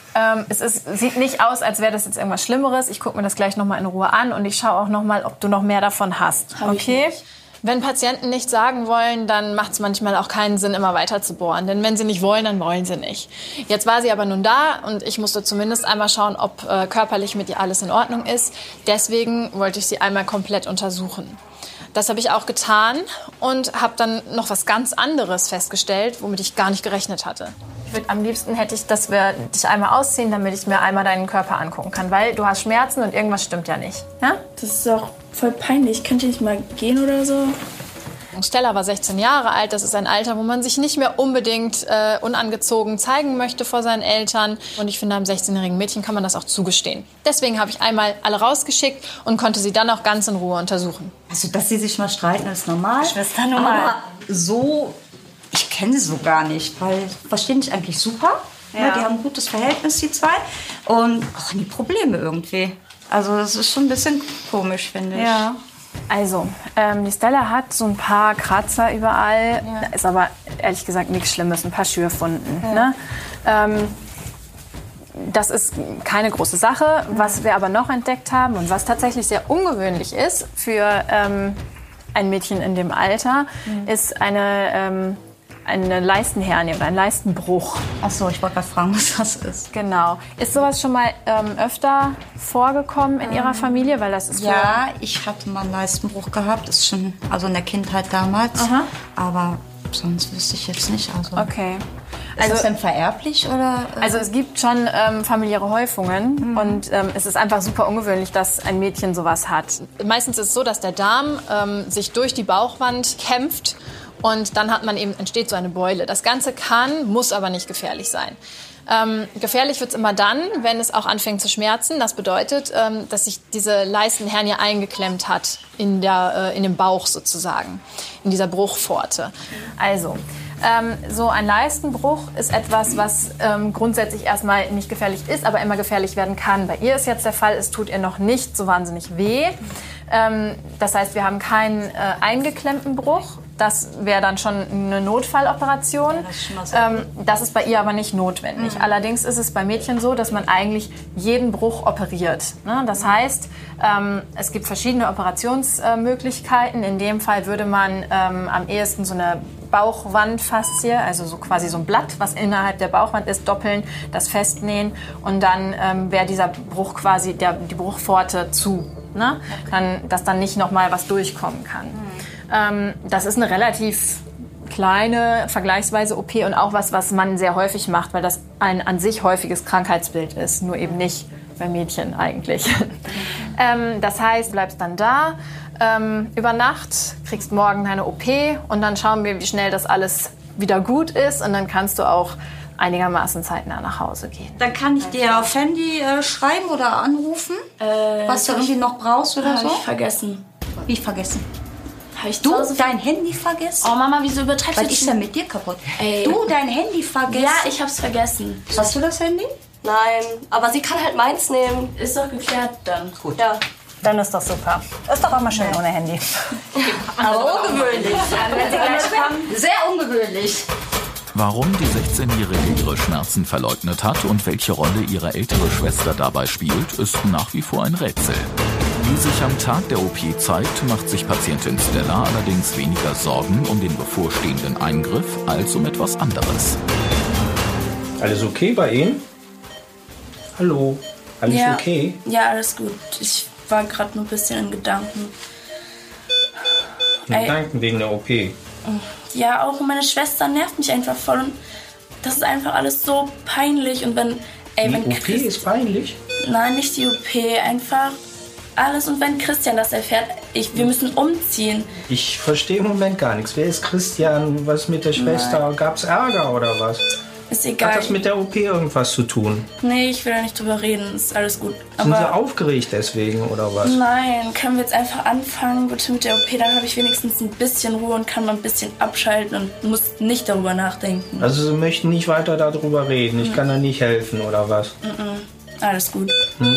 Sieht nicht aus, als wäre das jetzt irgendwas Schlimmeres. Ich gucke mir das gleich nochmal in Ruhe an und ich schaue auch nochmal, ob du noch mehr davon hast. Okay? Wenn Patienten nichts sagen wollen, dann macht es manchmal auch keinen Sinn, immer weiter zu bohren. Denn wenn sie nicht wollen, dann wollen sie nicht. Jetzt war sie aber nun da und ich musste zumindest einmal schauen, ob körperlich mit ihr alles in Ordnung ist. Deswegen wollte ich sie einmal komplett untersuchen. Das habe ich auch getan und habe dann noch was ganz anderes festgestellt, womit ich gar nicht gerechnet hatte. Am liebsten hätte ich, dass wir dich einmal ausziehen, damit ich mir einmal deinen Körper angucken kann. Weil du hast Schmerzen und irgendwas stimmt ja nicht. Ja? Das ist auch voll peinlich. Könnt ihr nicht mal gehen oder so? Stella war 16 Jahre alt. Das ist ein Alter, wo man sich nicht mehr unbedingt unangezogen zeigen möchte vor seinen Eltern. Und ich finde, einem 16-jährigen Mädchen kann man das auch zugestehen. Deswegen habe ich einmal alle rausgeschickt und konnte sie dann auch ganz in Ruhe untersuchen. Also, dass sie sich mal streiten, ist normal. Schwester, normal. Aber so, ich kenne sie so gar nicht, weil verstehen mich eigentlich super. Ja. Die haben ein gutes Verhältnis, die zwei. Und auch nie Probleme irgendwie. Also, das ist schon ein bisschen komisch, finde ich. Ja. Also, die Stella hat so ein paar Kratzer überall. Ja. Ist aber ehrlich gesagt nichts Schlimmes, ein paar Schürfwunden. Ja. Ne? Das ist keine große Sache. Was wir aber noch entdeckt haben und was tatsächlich sehr ungewöhnlich ist für ein Mädchen in dem Alter, ist eine Leistenhernie oder ein Leistenbruch. Ach so, ich wollte gerade fragen, was das ist. Genau. Ist sowas schon mal öfter vorgekommen in Ihrer Familie? Weil das ist ja, ich hatte mal einen Leistenbruch gehabt. Das ist schon, also in der Kindheit damals. Aha. Aber sonst wüsste ich jetzt nicht. Also. Okay. Ist das denn vererblich? Oder? Also es gibt schon familiäre Häufungen und es ist einfach super ungewöhnlich, dass ein Mädchen sowas hat. Meistens ist es so, dass der Darm sich durch die Bauchwand kämpft. Und dann entsteht so eine Beule. Das Ganze muss aber nicht gefährlich sein. Gefährlich wird es immer dann, wenn es auch anfängt zu schmerzen. Das bedeutet, dass sich diese Leistenhernie eingeklemmt hat in dem Bauch sozusagen, in dieser Bruchpforte. Also, so ein Leistenbruch ist etwas, was grundsätzlich erstmal nicht gefährlich ist, aber immer gefährlich werden kann. Bei ihr ist jetzt der Fall, es tut ihr noch nicht so wahnsinnig weh. Das heißt, wir haben keinen eingeklemmten Bruch. Das wäre dann schon eine Notfalloperation. Das ist bei ihr aber nicht notwendig. Allerdings ist es bei Mädchen so, dass man eigentlich jeden Bruch operiert. Das heißt, es gibt verschiedene Operationsmöglichkeiten. In dem Fall würde man am ehesten so eine Bauchwandfaszie, also so quasi so ein Blatt, was innerhalb der Bauchwand ist, doppeln, das festnähen und dann wäre dieser Bruch quasi die Bruchpforte zu, ne? Dass dann nicht noch mal was durchkommen kann. Das ist eine relativ kleine, vergleichsweise OP und auch was man sehr häufig macht, weil das ein an sich häufiges Krankheitsbild ist, nur eben nicht bei Mädchen eigentlich. Das heißt, du bleibst dann da über Nacht, kriegst morgen deine OP und dann schauen wir, wie schnell das alles wieder gut ist und dann kannst du auch einigermaßen zeitnah nach Hause gehen. Dann kann ich dir auf Handy schreiben oder anrufen, was du irgendwie noch brauchst oder so? Hab ich vergessen. Wie vergessen? Hab ich Du dein Handy vergessen? Oh Mama, wieso übertreibst du Was ist denn mit dir kaputt? Ey. Du dein Handy vergessen? Ja, ich hab's vergessen. Hast du das Handy? Nein, aber sie kann halt meins nehmen. Ist doch geklärt dann. Gut. Ja. Dann ist doch super. Ist doch auch mal schön ohne Handy. Aber ungewöhnlich. Wenn sie gleich kommen. Sehr ungewöhnlich. Warum die 16-Jährige ihre Schmerzen verleugnet hat und welche Rolle ihre ältere Schwester dabei spielt, ist nach wie vor ein Rätsel. Wie sich am Tag der OP zeigt, macht sich Patientin Stella allerdings weniger Sorgen um den bevorstehenden Eingriff als um etwas anderes. Alles okay bei Ihnen? Hallo, alles okay? Ja, alles gut. Ich war gerade nur ein bisschen in Gedanken. Gedanken wegen der OP? Ja, auch meine Schwester nervt mich einfach voll und das ist einfach alles so peinlich und wenn... Die OP ist peinlich? Nein, nicht die OP, einfach alles und wenn Christian das erfährt, wir müssen umziehen. Ich verstehe im Moment gar nichts. Wer ist Christian? Was mit der Schwester? Gab's Ärger oder was? Ist egal. Hat das mit der OP irgendwas zu tun? Nee, ich will da nicht drüber reden, ist alles gut. Sind Sie aufgeregt deswegen oder was? Nein, können wir jetzt einfach anfangen, bitte mit der OP, dann habe ich wenigstens ein bisschen Ruhe und kann mal ein bisschen abschalten und muss nicht darüber nachdenken. Also Sie möchten nicht weiter darüber reden, ich kann da nicht helfen oder was? Alles gut.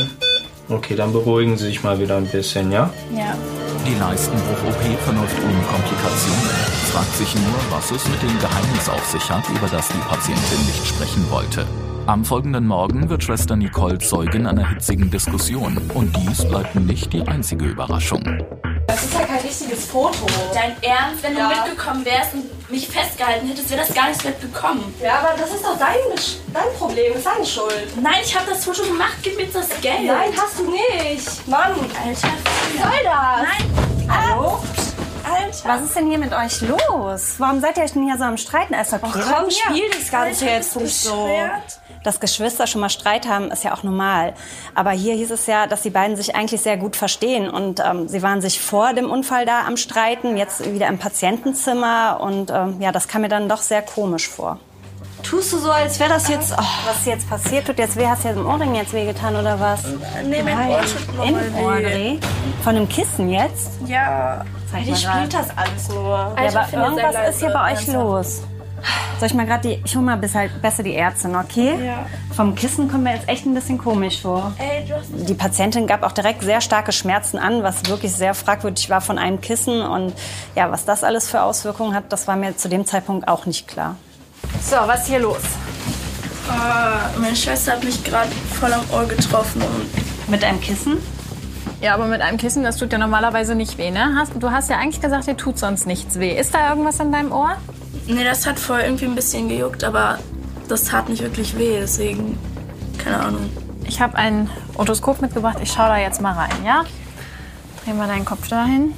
Okay, dann beruhigen Sie sich mal wieder ein bisschen, ja? Ja. Die Leistenbruch-OP verläuft ohne Komplikationen. Fragt sich nur, was es mit dem Geheimnis auf sich hat, über das die Patientin nicht sprechen wollte. Am folgenden Morgen wird Schwester Nicole Zeugin einer hitzigen Diskussion. Und dies bleibt nicht die einzige Überraschung. Das ist ja kein richtiges Foto. Dein Ernst, wenn du mitgekommen wärst und mich festgehalten hättest, wäre das gar nicht mitbekommen. Ja, aber das ist doch dein Problem, ist deine Schuld. Nein, ich habe das Foto gemacht, gib mir jetzt das Geld. Nein, hast du nicht. Mann, Alter. Was soll das? Nein. Hallo? Alter. Was ist denn hier mit euch los? Warum seid ihr euch denn hier so am Streiten? Ist okay. Komm, spiel das Ganze jetzt nicht so. Dass Geschwister schon mal Streit haben, ist ja auch normal. Aber hier hieß es ja, dass die beiden sich eigentlich sehr gut verstehen. Und sie waren sich vor dem Unfall da am Streiten, jetzt wieder im Patientenzimmer. Und ja, das kam mir dann doch sehr komisch vor. Tust du so, als wäre das jetzt... Oh. Was jetzt passiert? Tut jetzt weh? Hast du jetzt im Ohrring jetzt wehgetan oder was? Nee, mein Ohr tut noch Im Ohrring? Von dem Kissen jetzt? Ja. Die spielt das alles nur. Ja, aber irgendwas ist hier bei euch los. Soll ich mal gerade ich hol mal besser die Ärztin, okay? Ja. Vom Kissen kommt mir jetzt echt ein bisschen komisch vor. Ey, du hast... Die Patientin gab auch direkt sehr starke Schmerzen an, was wirklich sehr fragwürdig war von einem Kissen. Und ja, was das alles für Auswirkungen hat, das war mir zu dem Zeitpunkt auch nicht klar. So, was ist hier los? Meine Schwester hat mich gerade voll am Ohr getroffen. Mit einem Kissen? Ja, aber mit einem Kissen, das tut ja normalerweise nicht weh, ne? Du hast ja eigentlich gesagt, dir tut sonst nichts weh. Ist da irgendwas an deinem Ohr? Nee, das hat vorher irgendwie ein bisschen gejuckt, aber das tat nicht wirklich weh, deswegen, keine Ahnung. Ich habe ein Otoskop mitgebracht, ich schaue da jetzt mal rein, ja? Dreh mal deinen Kopf dahin.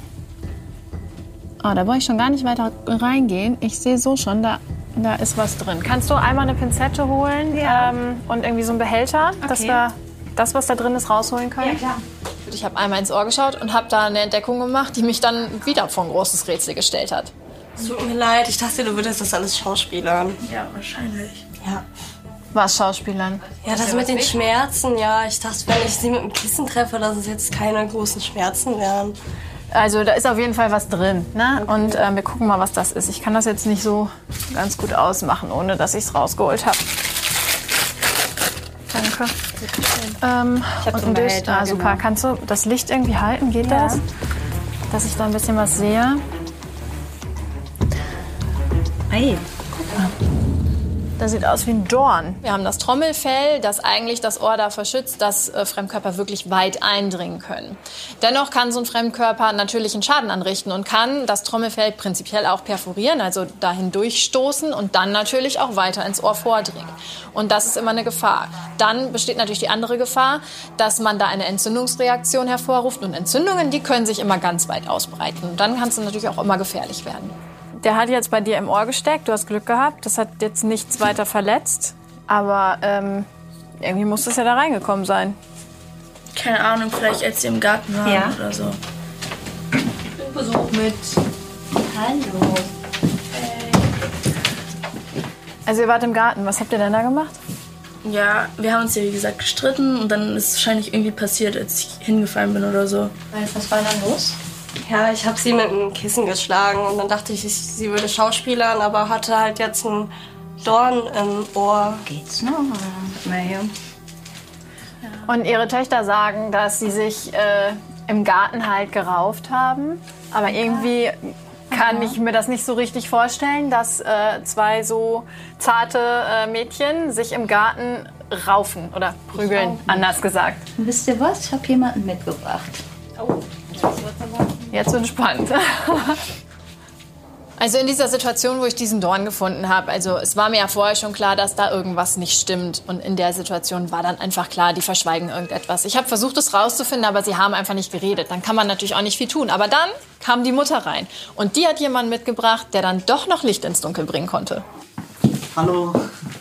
Oh, da brauche ich schon gar nicht weiter reingehen. Ich sehe so schon, da ist was drin. Kannst du einmal eine Pinzette holen und irgendwie so einen Behälter, dass wir das, was da drin ist, rausholen können? Ja, klar. Ich habe einmal ins Ohr geschaut und habe da eine Entdeckung gemacht, die mich dann wieder vor ein großes Rätsel gestellt hat. Es tut mir leid, ich dachte, du würdest das alles schauspielern. Ja, wahrscheinlich. Ja. Was Schauspielern? Ja, das mit den Schmerzen, ja. Ich dachte, wenn ich sie mit dem Kissen treffe, dass es jetzt keine großen Schmerzen wären. Also da ist auf jeden Fall was drin, ne? Okay. Und wir gucken mal, was das ist. Ich kann das jetzt nicht so ganz gut ausmachen, ohne dass ich es rausgeholt habe. Danke. Ich und ein Behälter, super. Genau. Kannst du das Licht irgendwie halten? Geht das? Dass ich da ein bisschen was sehe. Hey, guck mal. Das sieht aus wie ein Dorn. Wir haben das Trommelfell, das eigentlich das Ohr davor schützt, dass Fremdkörper wirklich weit eindringen können. Dennoch kann so ein Fremdkörper natürlichen Schaden anrichten und kann das Trommelfell prinzipiell auch perforieren, also dahin durchstoßen und dann natürlich auch weiter ins Ohr vordringen. Und das ist immer eine Gefahr. Dann besteht natürlich die andere Gefahr, dass man da eine Entzündungsreaktion hervorruft. Und Entzündungen, die können sich immer ganz weit ausbreiten. Und dann kann es natürlich auch immer gefährlich werden. Der hat jetzt bei dir im Ohr gesteckt, du hast Glück gehabt. Das hat jetzt nichts weiter verletzt. Aber irgendwie muss das ja da reingekommen sein. Keine Ahnung, vielleicht als sie im Garten waren oder so. Besuch mit. Hallo. Also ihr wart im Garten, was habt ihr denn da gemacht? Ja, wir haben uns ja wie gesagt gestritten und dann ist es wahrscheinlich irgendwie passiert, als ich hingefallen bin oder so. Was war dann los? Ja, ich habe sie mit einem Kissen geschlagen und dann dachte ich, sie würde schauspielern, aber hatte halt jetzt einen Dorn im Ohr. Geht's noch? Na ja. Und ihre Töchter sagen, dass sie sich im Garten halt gerauft haben. Aber irgendwie kann ich mir das nicht so richtig vorstellen, dass zwei so zarte Mädchen sich im Garten raufen oder prügeln, anders gesagt. Wisst ihr was? Ich habe jemanden mitgebracht. Oh, jetzt bin ich spannend. Also in dieser Situation, wo ich diesen Dorn gefunden habe, also es war mir ja vorher schon klar, dass da irgendwas nicht stimmt. Und in der Situation war dann einfach klar, die verschweigen irgendetwas. Ich habe versucht, es rauszufinden, aber sie haben einfach nicht geredet. Dann kann man natürlich auch nicht viel tun. Aber dann kam die Mutter rein. Und die hat jemanden mitgebracht, der dann doch noch Licht ins Dunkel bringen konnte. Hallo.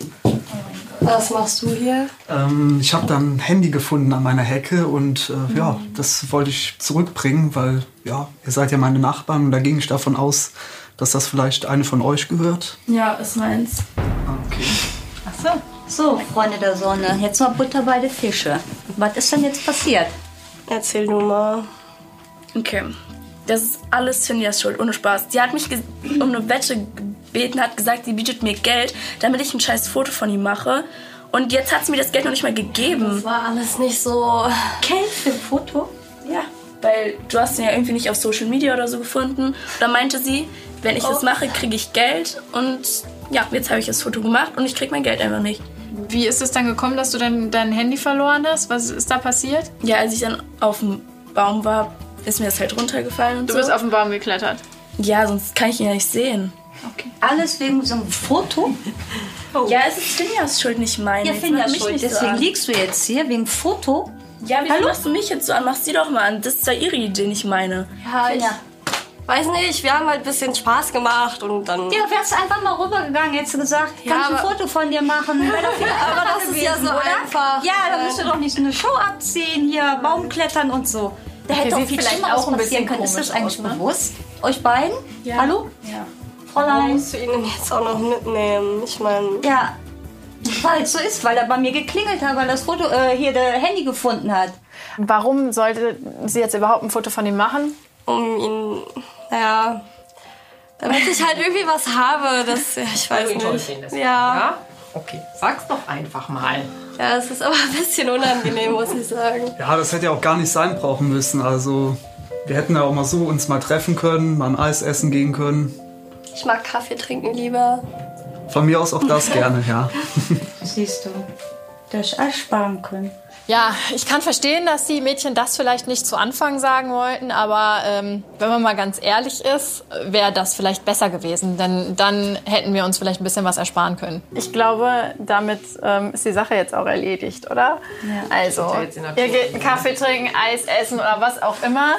Was machst du hier? Ich habe dann ein Handy gefunden an meiner Hecke und ja, das wollte ich zurückbringen, weil ja, ihr seid ja meine Nachbarn und da ging ich davon aus, dass das vielleicht eine von euch gehört. Ja, ist meins. Okay. Ach so, Freunde der Sonne, jetzt mal Butter bei den Fische. Was ist denn jetzt passiert? Erzähl du mal. Okay, das ist alles Finjas Schuld, ohne Spaß. Die hat mich um eine Wette gebeten, hat gesagt, sie bietet mir Geld, damit ich ein scheiß Foto von ihm mache. Und jetzt hat sie mir das Geld noch nicht mal gegeben. Das war alles nicht so... Geld für ein Foto? Ja, weil du hast ihn ja irgendwie nicht auf Social Media oder so gefunden. Da meinte sie, wenn ich das mache, kriege ich Geld. Und ja, jetzt habe ich das Foto gemacht und ich kriege mein Geld einfach nicht. Wie ist es dann gekommen, dass du dein Handy verloren hast? Was ist da passiert? Ja, als ich dann auf dem Baum war, ist mir das halt runtergefallen und Du bist auf den Baum geklettert? Ja, sonst kann ich ihn ja nicht sehen. Okay. Alles wegen so einem Foto? Oh. Ja, es ist Finjas Schuld, nicht meine. Ja, Finjas Schuld. Deswegen liegst du jetzt hier wegen Foto? Ja, wieso machst du mich jetzt so an? Mach sie doch mal an. Das ist ja ihre Idee, nicht meine. Ja, ich weiß nicht, wir haben halt ein bisschen Spaß gemacht und dann... Ja, wärst du einfach mal rübergegangen, hättest du gesagt, kannst du ein Foto von dir machen. Aber das ist ja so einfach. Ja, da musst du doch nicht so eine Show abziehen, hier Baumklettern und so. Da hätte doch viel schlimmer auch passieren können. Ist das eigentlich bewusst? Euch beiden? Ja. Hallo? Ja. Fräulein? Musst du ihn jetzt auch noch mitnehmen? Ich meine... Ja, weil es so ist, weil er bei mir geklingelt hat, weil das Foto, hier der Handy gefunden hat. Warum sollte sie jetzt überhaupt ein Foto von ihm machen? Um ihn, naja, damit ich halt irgendwie was habe, das, ja, ich weiß nicht. Ja. Okay, sag's doch einfach mal. Ja, es ist aber ein bisschen unangenehm, muss ich sagen. Ja, das hätte ja auch gar nicht sein brauchen müssen. Also, wir hätten ja auch mal so uns mal treffen können, mal ein Eis essen gehen können. Ich mag Kaffee trinken lieber. Von mir aus auch das gerne, ja. Siehst du, das hätte ich sparen können. Ja, ich kann verstehen, dass die Mädchen das vielleicht nicht zu Anfang sagen wollten, aber wenn man mal ganz ehrlich ist, wäre das vielleicht besser gewesen, denn dann hätten wir uns vielleicht ein bisschen was ersparen können. Ich glaube, damit ist die Sache jetzt auch erledigt, oder? Ja. Also, ihr geht einen Kaffee trinken, Eis essen oder was auch immer.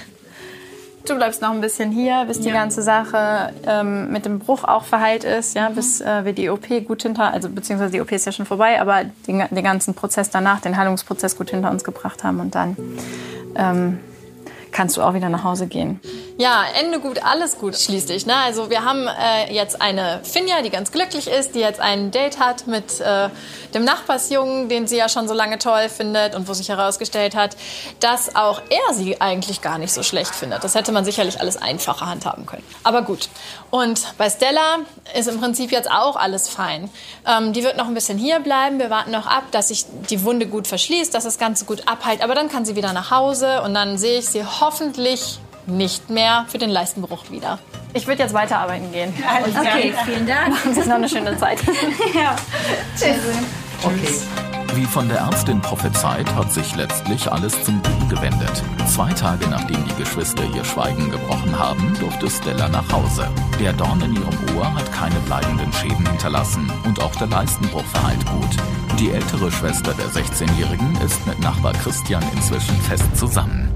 Du bleibst noch ein bisschen hier, bis die ganze Sache mit dem Bruch auch verheilt ist, ja, bis wir die OP gut beziehungsweise die OP ist ja schon vorbei, aber den ganzen Prozess danach, den Heilungsprozess gut hinter uns gebracht haben und dann kannst du auch wieder nach Hause gehen. Ja, Ende gut, alles gut schließlich. Ne? Also wir haben jetzt eine Finja, die ganz glücklich ist, die jetzt ein Date hat mit dem Nachbarsjungen, den sie ja schon so lange toll findet und wo sich herausgestellt hat, dass auch er sie eigentlich gar nicht so schlecht findet. Das hätte man sicherlich alles einfacher handhaben können. Aber gut. Und bei Stella ist im Prinzip jetzt auch alles fein. Die wird noch ein bisschen hier bleiben. Wir warten noch ab, dass sich die Wunde gut verschließt, dass das Ganze gut abheilt. Aber dann kann sie wieder nach Hause und dann sehe ich sie hoffentlich nicht mehr für den Leistenbruch wieder. Ich würde jetzt weiterarbeiten gehen. Okay, vielen Dank. Das ist noch eine schöne Zeit. Ja. Tschüss. Okay. Wie von der Ärztin prophezeit, hat sich letztlich alles zum Guten gewendet. 2 Tage nachdem die Geschwister ihr Schweigen gebrochen haben, durfte Stella nach Hause. Der Dorn in ihrem Ohr hat keine bleibenden Schäden hinterlassen und auch der Leistenbruch verheilt gut. Die ältere Schwester der 16-Jährigen ist mit Nachbar Christian inzwischen fest zusammen.